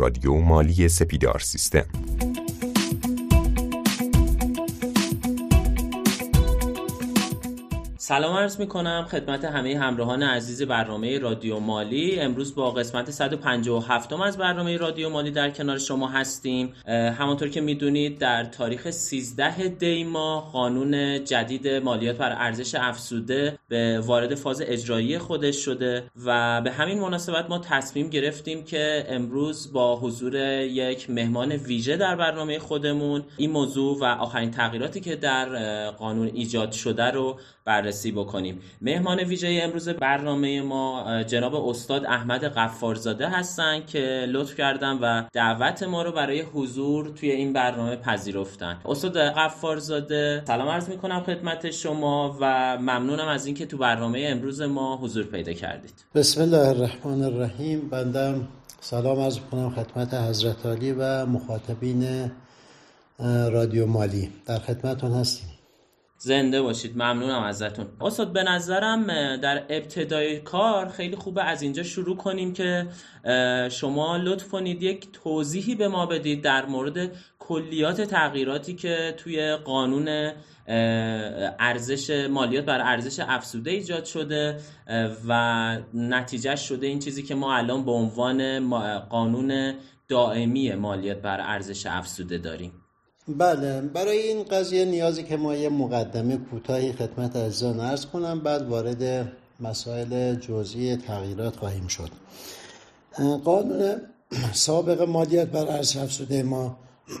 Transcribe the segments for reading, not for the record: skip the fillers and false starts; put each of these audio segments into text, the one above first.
رادیو مالی سپیدار سیستم. سلام عرض میکنم خدمت همه همراهان عزیز برنامه رادیو مالی. امروز با قسمت 157 از برنامه رادیو مالی در کنار شما هستیم. همانطور که میدونید در تاریخ 13 دی ماه قانون جدید مالیات بر ارزش افزوده به وارد فاز اجرایی خودش شده و به همین مناسبت ما تصمیم گرفتیم که امروز با حضور یک مهمان ویژه در برنامه خودمون این موضوع و آخرین تغییراتی که در قانون ایجاد شده رو بررسی بکنیم. مهمان ویژه امروز برنامه ما جناب استاد احمد غفارزاده هستن که لطف کردن و دعوت ما رو برای حضور توی این برنامه پذیرفتن. استاد غفارزاده سلام عرض میکنم خدمت شما و ممنونم از اینکه تو برنامه امروز ما حضور پیدا کردید. بسم الله الرحمن الرحیم. بندم سلام عرض میکنم خدمت حضرت عالی و مخاطبین رادیو مالی. در خدمتتون هستیم. زنده باشید. ممنونم ازتون. استاد به نظرم در ابتدای کار خیلی خوبه از اینجا شروع کنیم که شما لطف کنید یک توضیحی به ما بدید در مورد کلیات تغییراتی که توی قانون ارزش مالیات بر ارزش افزوده ایجاد شده و نتیجه شده این چیزی که ما الان به عنوان قانون دائمی مالیات بر ارزش افزوده داریم. بله، برای این قضیه نیازی که ما یه مقدمه کوتاهی خدمت عزیزان عرض کنم، بعد وارد مسائل جزئی تغییرات خواهیم شد. قانون سابق مالیات بر ارزش افزوده ما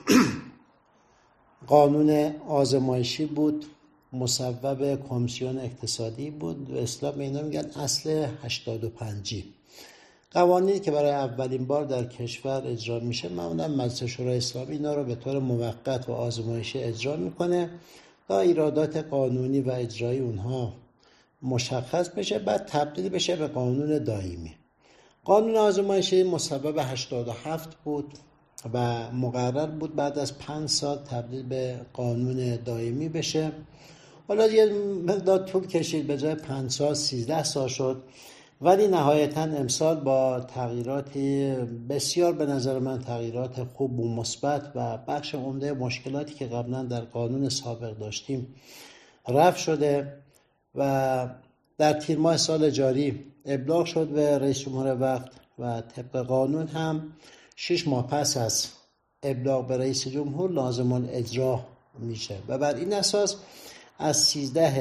قانون آزمایشی بود، مصوب کمیسیون اقتصادی بود، به اصطلاح اینا میگن اصل 85. قوانینی که برای اولین بار در کشور اجرا میشه معمولا مجلس شورای اسلامی اینا رو به طور موقت و آزمایشی اجرا میکنه تا ایرادات قانونی و اجرایی اونها مشخص بشه، بعد تبدیل بشه به قانون دائمی. قانون آزمایشی مصوب 87 بود و مقرر بود بعد از 5 سال تبدیل به قانون دائمی بشه. حالا یه مقدار طول کشید، به جای 5 سال 13 سال شد، ولی نهایتاً امسال با تغییراتی بسیار به نظر من تغییرات خوب و مثبت و بخش عمده مشکلاتی که قبلا در قانون سابق داشتیم رفع شده و در تیر ماه سال جاری ابلاغ شد به رئیس جمهور وقت و طبق قانون هم 6 ماه پس از ابلاغ به رئیس جمهور لازم الاجرا میشه و بر این اساس از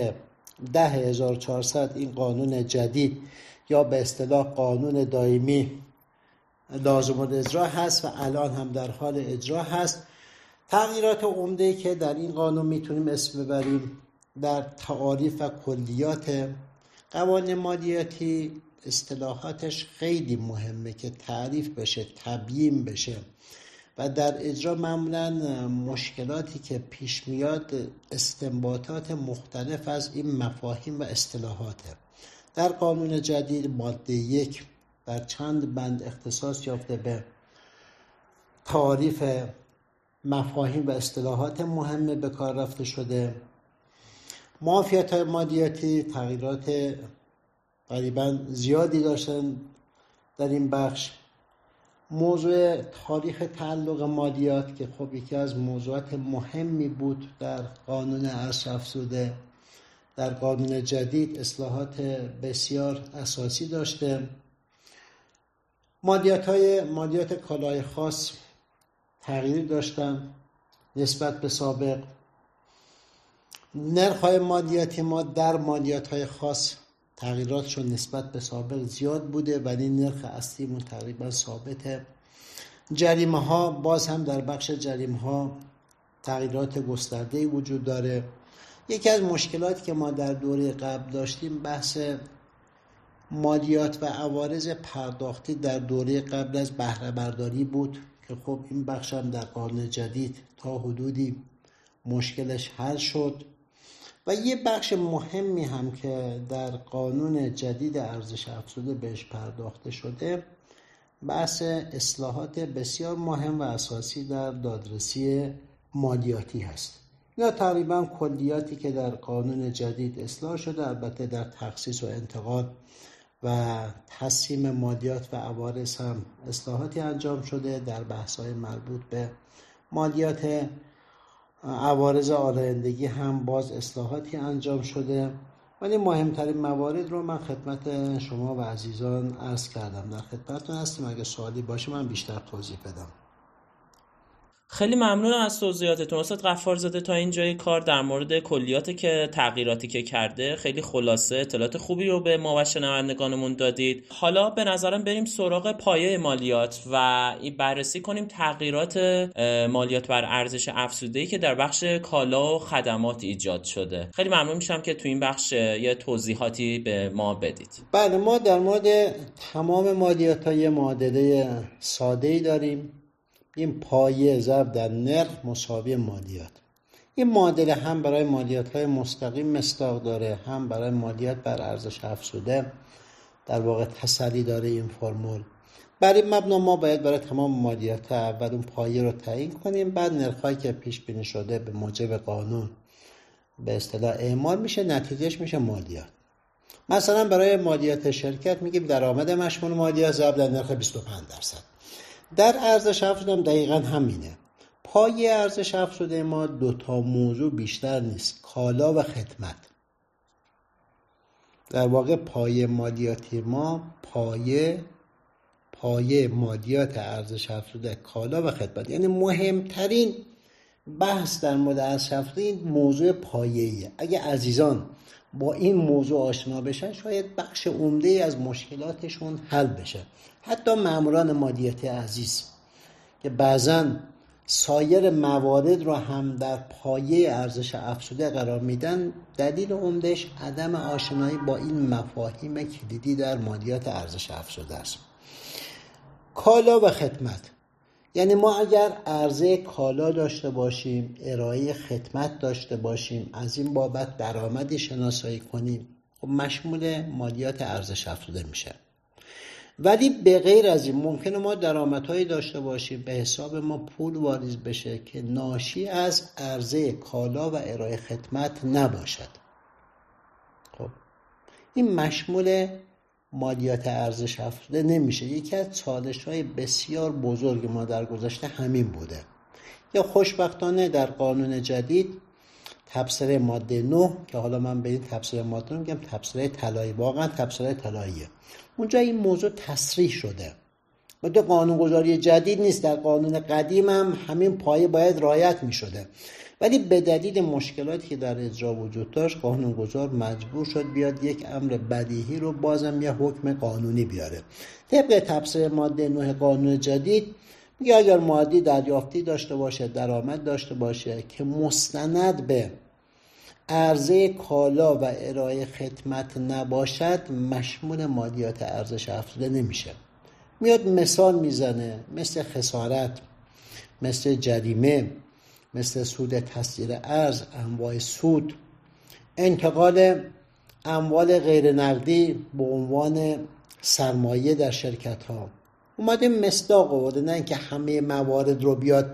13/10/1400 این قانون جدید یا به اصطلاح قانون دائمی لازم الاجرا هست و الان هم در حال اجرا هست. تغییرات عمده‌ای که در این قانون میتونیم اسم ببریم در تعاریف و کلیات قوانین مالیاتی، اصطلاحاتش خیلی مهمه که تعریف بشه، تبیین بشه و در اجرا معمولا مشکلاتی که پیش میاد استنباطات مختلف از این مفاهیم و اصطلاحاته. در قانون جدید ماده 1 در چند بند اختصاص یافته به تعریف مفاهیم و اصطلاحات مهمه به کار رفته شده. معافیت‌های مالیاتی تغییرات تقریبا زیادی داشتن در این بخش. موضوع تاریخ تعلق مالیات که خب یکی از موضوعات مهمی بود در قانون ارزش افزوده، در قانون جدید اصلاحات بسیار اساسی داشته. مالیات کالای خاص تغییر داشتن نسبت به سابق. نرخ‌های مالیاتی ما در مالیات‌های خاص تغییراتشون نسبت به سابق زیاد بوده ولی نرخ اصلیمون تقریبا ثابته. جریمه ها باز هم در بخش جریمه ها تغییرات گسترده‌ای وجود داره. یکی از مشکلاتی که ما در دوره قبل داشتیم بحث مالیات و عوارض پرداختی در دوره قبل از بهره برداری بود که خب این بخش هم در قانون جدید تا حدودی مشکلش حل شد و یه بخش مهمی هم که در قانون جدید ارزش افزوده بهش پرداخته شده بحث اصلاحات بسیار مهم و اساسی در دادرسی مالیاتی هست. یا تقریبا کلیاتی که در قانون جدید اصلاح شده، البته در تخصیص و انتقال و تسهیم مالیات و عوارض هم اصلاحاتی انجام شده. در بحث‌های مربوط به مالیات عوارض آلایندگی هم باز اصلاحاتی انجام شده. ولی مهمترین موارد رو من خدمت شما و عزیزان عرض کردم. در خدمتتون هستیم، اگه سوالی باشه من بیشتر توضیح بدم. خیلی ممنونم از توضیحاتتون استاد غفارزاده. تا اینجای کار در مورد کلیات که تغییراتی که کرده خیلی خلاصه اطلاعات خوبی رو به ما و شنوندگانمون دادید. حالا به نظرم بریم سراغ پایه مالیات و بررسی کنیم تغییرات مالیات بر ارزش افزوده‌ای که در بخش کالا و خدمات ایجاد شده. خیلی ممنون میشم که تو این بخش یه توضیحاتی به ما بدید. بله، ما در مورد تمام مالیات‌های معادله ساده‌ای داریم. این پایه ضرب در نرخ مساوی مالیات. این معادله هم برای مالیات‌های مستقیم مصداق داره، هم برای مالیات بر ارزش افزوده در واقع تسلی داره این فرمول. بر این مبنا ما باید برای تمام مالیات اول اون پایه رو تعیین کنیم، بعد نرخ‌هایی که پیش بینی شده به موجب قانون به اصطلاح اعمال میشه، نتیجهش میشه مالیات. مثلا برای مالیات شرکت میگیم درآمد مشمول مالیات ضرب در نرخ 25%. در ارزش افزوده هم دقیقا همینه. پایه ارزش افزوده ما دو تا موضوع بیشتر نیست، کالا و خدمت. در واقع پایه مالیاتی ما پایه مالیات ارزش افزوده کالا و خدمت، یعنی مهمترین بحث در مورد ارزش افزوده این موضوع پایه‌ایه. اگه عزیزان با این موضوع آشنا بشن شاید بخش عمده‌ای از مشکلاتشون حل بشه. حتی ماموران مالیاتی عزیز که بعضاً سایر موارد رو هم در پایه ارزش افزوده قرار میدن، دلیل عمدهش عدم آشنایی با این مفاهیم کلیدی در مالیات ارزش افزوده است. کالا و خدمت، یعنی ما اگر عرضه کالا داشته باشیم، ارائه خدمت داشته باشیم، از این بابت درآمدی شناسایی کنیم، خب مشمول مالیات ارزش افزوده میشه. ولی به غیر از این ممکنه ما درآمدهایی داشته باشیم، به حساب ما پول واریز بشه که ناشی از عرضه کالا و ارائه خدمت نباشد. خب این مشمول مالیات ارزش افزوده نمیشه. یکی از چالش‌های بسیار بزرگ ما در گذشته همین بوده. یا خوشبختانه در قانون جدید تبصره ماده 9 که حالا من به این تبصره ماده 9 میگم تبصره طلایی، واقعا تبصره طلاییه، اونجا این موضوع تصریح شده. ماده قانونگذاری جدید نیست، در قانون قدیم هم همین پایه باید رعایت میشده، ولی به دلیل مشکلاتی که در اجرا وجود داشت قانونگذار مجبور شد بیاد یک امر بدیهی رو بازم یه حکم قانونی بیاره. طبق تبصره ماده 9 قانون جدید میگه اگر معادی دریافتی داشته باشه، درآمد داشته باشه که مستند به عرضه کالا و ارائه خدمت نباشد، مشمول مالیات ارزش افزوده نمیشه. میاد مثال میزنه، مثل خسارت، مثل جریمه، مثل سود تسعیر ارز، انواع سود، انتقال اموال غیر نقدی به عنوان سرمایه در شرکت ها. اومده مصداق آورده، نه اینکه همه موارد رو بیاد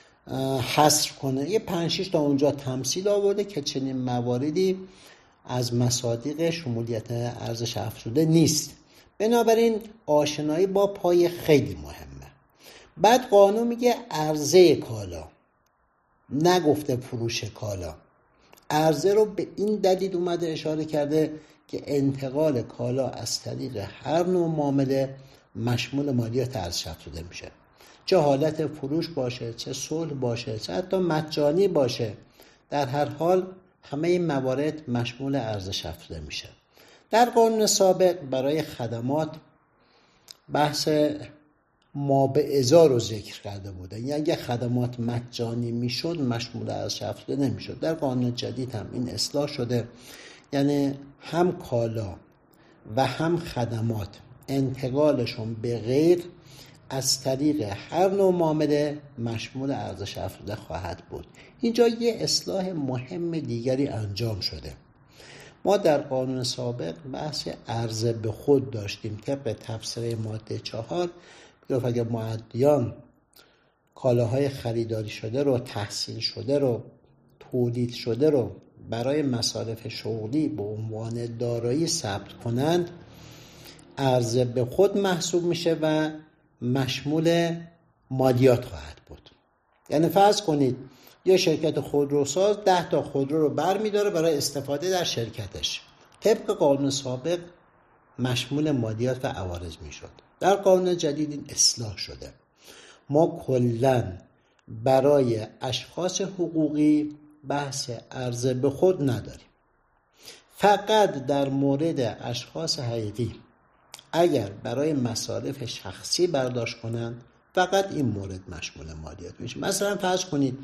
حصر کنه، یه 5-6 تا اونجا تمثیل آورده که چنین مواردی از مصادیق شمولیت ارزش افزوده نیست. بنابراین آشنایی با پایه خیلی مهمه. بعد قانون میگه عرضه کالا، نگفته فروش کالا. عرضه رو به این دلیل اومده اشاره کرده که انتقال کالا از طریق هر نوع معامله مشمول مالیات ارزش افزوده میشه، چه حالت فروش باشه، چه صلح باشه، چه حتی مجانی باشه، در هر حال همه این موارد مشمول ارزش افزوده میشه. در قانون سابق برای خدمات بحث ما به ازا رو ذکر کرده بوده، یعنی اگه خدمات مجانی میشد مشمول ارزش افزوده نمیشد. در قانون جدید هم این اصلاح شده، یعنی هم کالا و هم خدمات انتقالشون به غیر از طریق هر نوع معامله مشمول ارزش افزوده خواهد بود. اینجا یه اصلاح مهم دیگری انجام شده. ما در قانون سابق بحث عرضه به خود داشتیم. طبق تفسیر ماده 4 میگفت اگر معدیان کالاهای خریداری شده رو، تحصیل شده رو، تولید شده رو برای مصارف شغلی به عنوان دارایی ثبت کنند، عرضه به خود محسوب میشه و مشمول مالیات خواهد بود. یعنی فرض کنید یه شرکت خودروساز 10 تا خودرو رو برمی‌داره برای استفاده در شرکتش. طبق قانون سابق مشمول مالیات و عوارض میشد. در قانون جدید این اصلاح شده. ما کلاً برای اشخاص حقوقی بحث عرضه به خود نداریم. فقط در مورد اشخاص حقیقی اگر برای مصارف شخصی برداشت کنند فقط این مورد مشمول مالیات میشه. مثلا فرض کنید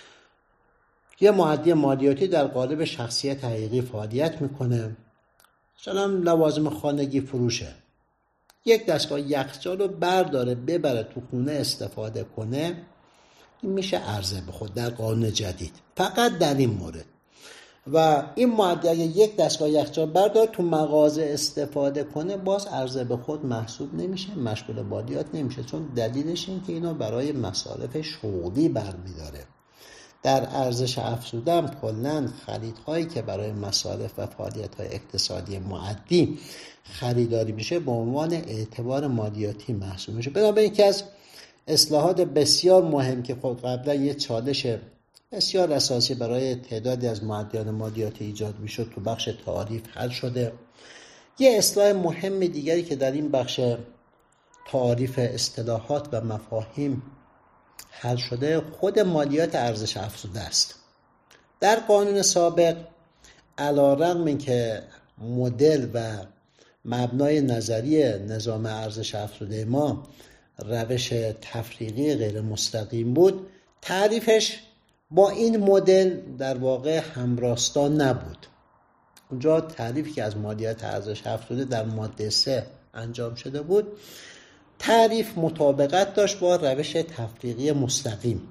یه مؤدی مالیاتی در قالب شخصیت حقیقی فعالیت میکنه، مثلا لوازم خانگی فروشه، یک دستگاه یخچال رو برداره ببره تو خونه استفاده کنه، این میشه عرضه به خود در قانون جدید، فقط در این مورد. و این مؤدی اگه یک دستگاه یخچال بردار تو مغازه استفاده کنه باز عرضه به خود محسوب نمیشه، مشمول مالیات نمیشه، چون دلیلش این که اینو برای مصارف شغلی برمیداره. در ارزش افزوده هم کلاً خریدهایی که برای مصارف و فعالیت‌های اقتصادی مؤدی خریداری میشه به عنوان اعتبار مالیاتی محسوب میشه. بنابراین یکی از اصلاحات بسیار مهم که خود قبلا یه چالش بسیار اساسی برای تعدادی از مؤدیان مالیاتی ایجاد میشد تو بخش تعریف حل شده. یه اصلاح مهم دیگری که در این بخش تعریف اصطلاحات و مفاهیم حل شده خود مالیات ارزش افزوده است. در قانون سابق علی‌رغم اینکه مدل و مبنای نظری نظام ارزش افزوده ما روش تفریقی غیر مستقیم بود، تعریفش با این مدل در واقع همراستا نبود. اونجا تعریفی که از مالیات ارزش افزوده در ماده 3 انجام شده بود، تعریف مطابقت داشت با روش تفریقی مستقیم،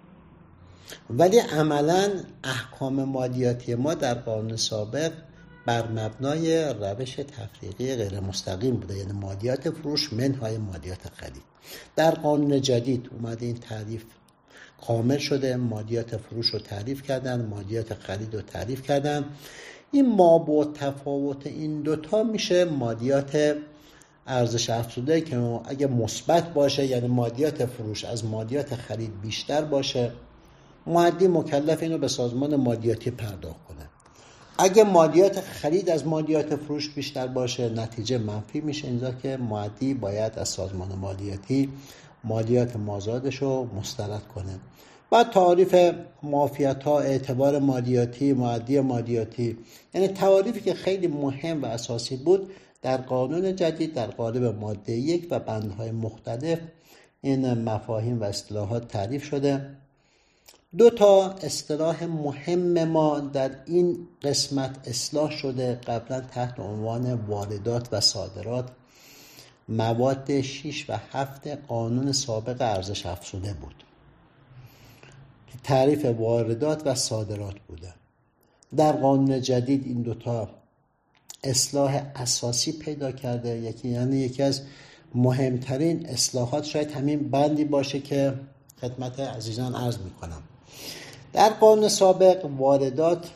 ولی عملاً احکام مالیاتی ما در قانون سابق بر مبنای روش تفریقی غیر مستقیم بوده، یعنی مالیات فروش منهای مالیات خرید. در قانون جدید اومده این تعریف کامل شده، مالیات فروش رو تعریف کردن، مالیات خرید رو تعریف کردن. این مابعد تفاوت این دوتا میشه مالیات ارزش افزوده که اگه مثبت باشه، یعنی مالیات فروش از مالیات خرید بیشتر باشه، مؤدی مکلف اینو به سازمان مالیاتی پرداخت کنه. اگه مالیات خرید از مالیات فروش بیشتر باشه نتیجه منفی میشه، اینجا که مؤدی باید از سازمان مالیاتی مالیات مازادش رو مسترد کنه. بعد تعریف معافیت‌ها، اعتبار مالیاتی، مؤدی مالیاتی، یعنی تعریفی که خیلی مهم و اساسی بود در قانون جدید در قالب ماده 1 و بندهای مختلف این مفاهیم و اصطلاحات تعریف شده. 2 تا اصطلاح مهم ما در این قسمت اصلاح شده. قبلا تحت عنوان واردات و صادرات مواد 6 و 7 قانون سابق ارزش افزوده بود که تعریف واردات و صادرات بوده. در قانون جدید این 2 تا اصلاح اساسی پیدا کرده. یکی از مهمترین اصلاحات شاید همین بندی باشه که خدمت عزیزان عرض میکنم. در قانون سابق واردات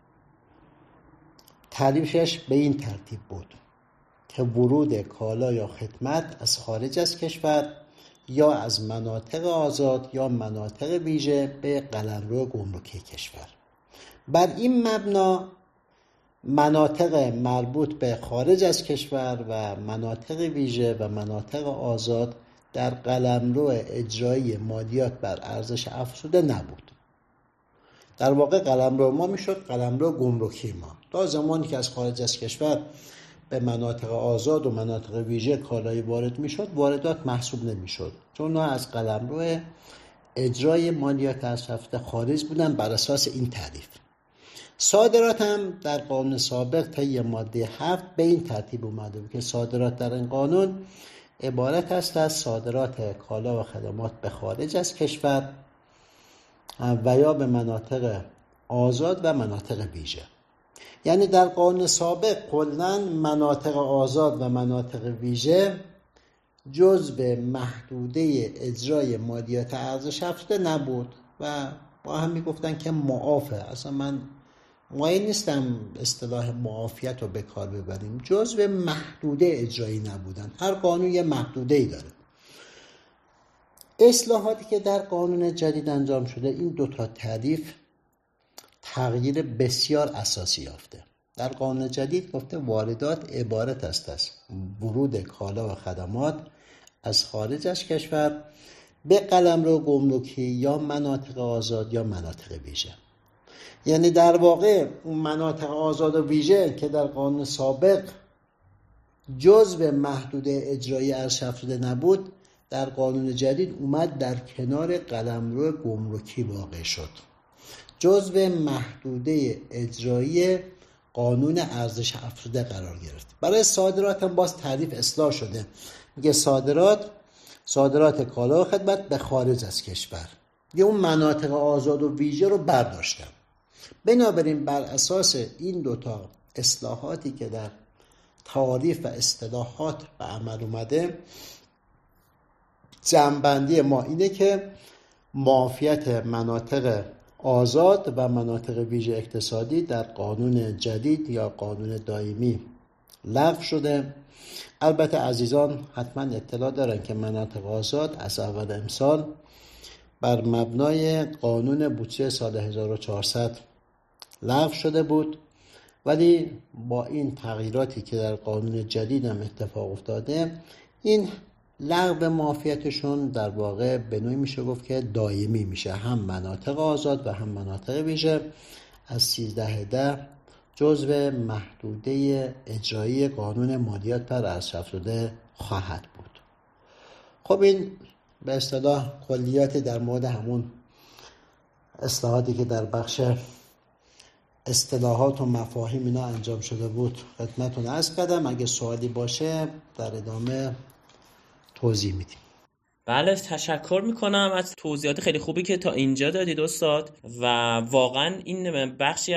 تعریفش به این ترتیب بود که ورود کالا یا خدمت از خارج از کشور یا از مناطق آزاد یا مناطق ویژه به قلمرو گمرکی کشور. بر این مبنا مناطق مربوط به خارج از کشور و مناطق ویژه و مناطق آزاد در قلمرو اجرایی مالیات بر ارزش افزوده نبود. در واقع قلمرو ما میشد قلمرو گمرکی ما. تا زمانی که از خارج از کشور به مناطق آزاد و مناطق ویژه کالای وارد میشد، واردات محسوب نمیشد، چون اونها از قلمرو اجرای مالیات ارزش افزوده خارج بودن بر اساس این تعریف. صادرات هم در قانون سابق طی ماده 7 به این ترتیب اومده بود که صادرات در این قانون عبارت است از صادرات کالا و خدمات به خارج از کشور و یا به مناطق آزاد و مناطق ویژه. یعنی در قانون سابق کلاً مناطق آزاد و مناطق ویژه جزء محدوده اجرای مالیات ارزش افزوده نبود و با هم میگفتن که معافه. اصلا من مایل نیستم اصطلاح معافیت رو به کار ببریم، جزء محدوده اجرایی نبودن. هر قانون یه محدوده‌ای داره. اصلاحاتی که در قانون جدید انجام شده، این دوتا تعریف تغییر بسیار اساسی یافته. در قانون جدید گفته واردات عبارت است از ورود کالا و خدمات از خارج از کشور به قلمرو گمرکی یا مناطق آزاد یا مناطق ویژه. یعنی در واقع اون مناطق آزاد و ویژه که در قانون سابق جزء محدوده اجرایی ارزش افزوده نبود، در قانون جدید اومد در کنار قلمرو گمرکی واقع شد، جزء محدوده اجرایی قانون ارزش افزوده قرار گرفت. برای صادرات هم باز تعریف اصلاح شده، میگه صادرات کالا و خدمت به خارج از کشور، یه اون مناطق آزاد و ویژه رو برداشتن. بنابراین بر اساس این دوتا اصلاحاتی که در تعاریف و اصطلاحات به عمل اومده، جمع‌بندی ما اینه که معافیت مناطق آزاد و مناطق ویژه اقتصادی در قانون جدید یا قانون دائمی لغو شده. البته عزیزان حتما اطلاع دارن که مناطق آزاد از اول امسال بر مبنای قانون بودجه سال 1400 لغو شده بود، ولی با این تغییراتی که در قانون جدید هم اتفاق افتاده، این لغو معافیتشون در واقع به نوعی میشه گفت که دائمی میشه. هم مناطق آزاد و هم مناطق ویژه از 13/10 جزو محدوده اجرایی قانون مالیات بر ارزش افزوده خواهد بود. خب این به اصطلاح کلیاتی در مورد همون اصلاحاتی که در بخش اصطلاحات و مفاهیم اینا انجام شده بود خدمتتون عرض کردم. اگه سوالی باشه در ادامه توضیح میدیم. بله، تشکر میکنم از توضیحات خیلی خوبی که تا اینجا دادید استاد. و واقعا این بخشی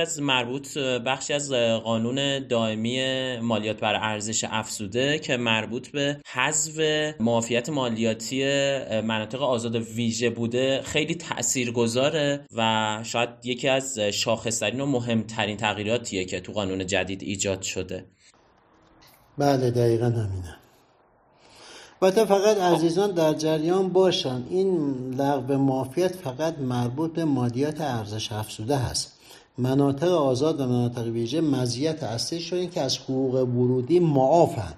از قانون دائمی مالیات بر ارزش افزوده که مربوط به حذف معافیت مالیاتی مناطق آزاد و ویژه بوده خیلی تاثیرگذاره و شاید یکی از شاخص‌ترین و مهمترین تغییراتیه که تو قانون جدید ایجاد شده. بله دقیقاً همینه. و تا فقط عزیزان در جریان باشن، این لغو معافیت فقط مربوط به مالیات ارزش افزوده هست. مناطق آزاد و مناطق ویژه مزیت اصلیشون این که از حقوق ورودی معافن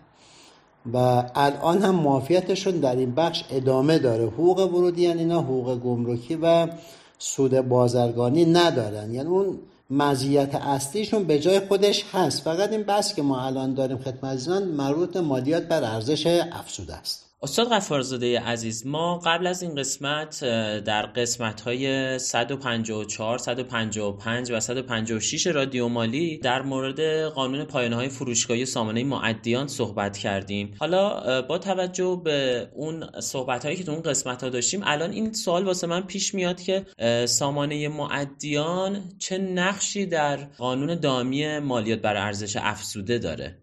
و الان هم معافیتشون در این بخش ادامه داره. حقوق ورودی یعنی اینا حقوق گمرکی و سود بازرگانی ندارن، یعنی اون مزیت اصلیشون به جای خودش هست. فقط این بحث که ما الان داریم خدمت عزیزان مربوط مالیات بر ارزش افزوده است. استاد غفارزاده عزیز، ما قبل از این قسمت در قسمت‌های 154، 155 و 156 رادیو مالی در مورد قانون پایانه‌های فروشگاهی سامانه معدیان صحبت کردیم. حالا با توجه به اون صحبت‌هایی که تو اون قسمت‌ها داشتیم، الان این سوال واسه من پیش میاد که سامانه معدیان چه نقشی در قانون دائمی مالیات بر ارزش افزوده داره؟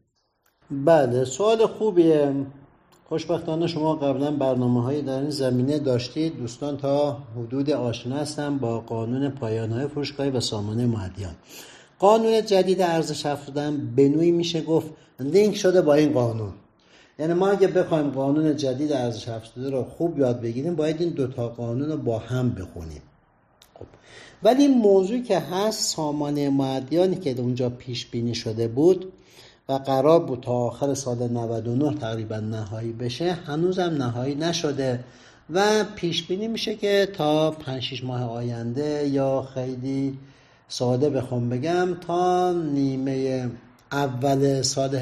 بله سوال خوبیه. خوشبختانه شما قبلا برنامه‌هایی در این زمینه داشتید. دوستان تا حدود آشنا هستن با قانون پایانه‌های فروشگاهی و سامانه معدیان. قانون جدید ارزش افزوده به نوعی میشه گفت لینک شده با این قانون. یعنی ما اگه بخوایم قانون جدید ارزش افزوده رو خوب یاد بگیریم باید این دوتا قانون رو با هم بخونیم. خب ولی این موضوعی که هست سامانه معدیانی که اونجا پیش بینی شده بود و قرار بود تا آخر سال 99 تقریبا نهایی بشه، هنوزم نهایی نشده و پیش بینی میشه که تا 5-6 ماه آینده یا خیلی ساده بخوام بگم تا نیمه اول سال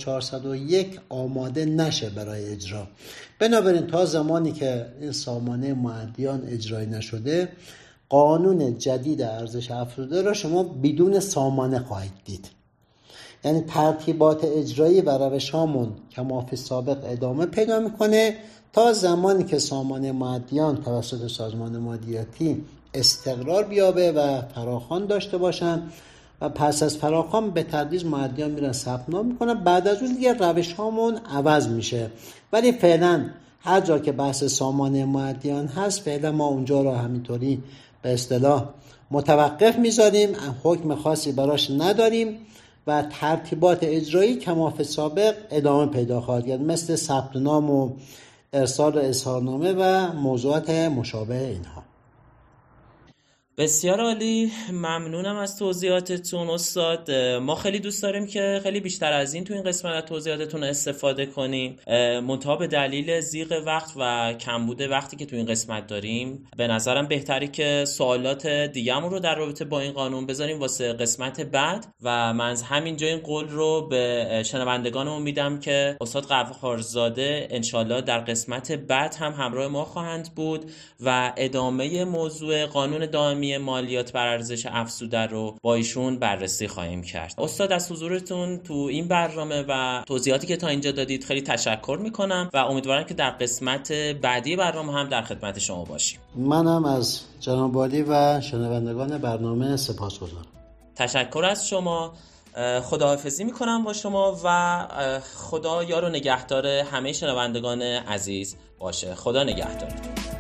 1401 آماده نشه برای اجرا. بنابراین تا زمانی که این سامانه معدیان اجرایی نشده قانون جدید ارزش افزوده را شما بدون سامانه خواهید دید. یعنی ترتیبات اجرایی و روش‌هامون کما فی سابق ادامه پیدا میکنه تا زمانی که سامانه معدیان توسط سازمان مالیاتی استقرار بیابه و فراخوان داشته باشن و پس از فراخوان به تدریج معدیان میرن ثبت نام میکنن. بعد از اون دیگه روش‌هامون عوض میشه. ولی فعلا هر جا که بحث سامانه معدیان هست فعلا ما اونجا رو همینطوری به اصطلاح متوقف میذاریم، حکم خاصی براش نداریم و ترتیبات اجرایی کماف سابق ادامه پیدا خواهد کرد، مثل ثبت نام و ارسال اظهارنامه و موضوعات مشابه اینها. بسیار عالی، ممنونم از توضیحاتتون استاد. ما خیلی دوست داریم که خیلی بیشتر از این تو این قسمت از توضیحاتتون استفاده کنیم، منتها به دلیل ضیق وقت و کمبود وقتی که تو این قسمت داریم به نظرم بهتری که سوالات دیگه‌مون رو در رابطه با این قانون بذاریم واسه قسمت بعد و من از همینجا این قول رو به شنوندگانمون میدم که استاد غفارزاده انشالله در قسمت بعد هم همراه ما خواهند بود و ادامه موضوع قانون دائمی مالیات بر ارزش افزوده رو با ایشون بررسی خواهیم کرد. استاد از حضورتون تو این برنامه و توضیحاتی که تا اینجا دادید خیلی تشکر میکنم و امیدوارم که در قسمت بعدی برنامه هم در خدمت شما باشیم. منم از جناب عالی و شنوندگان برنامه سپاسگزارم. تشکر از شما. خداحافظی میکنم با شما و خدا یار و نگهدار همه شنوندگان عزیز باشه. خدا نگهدار.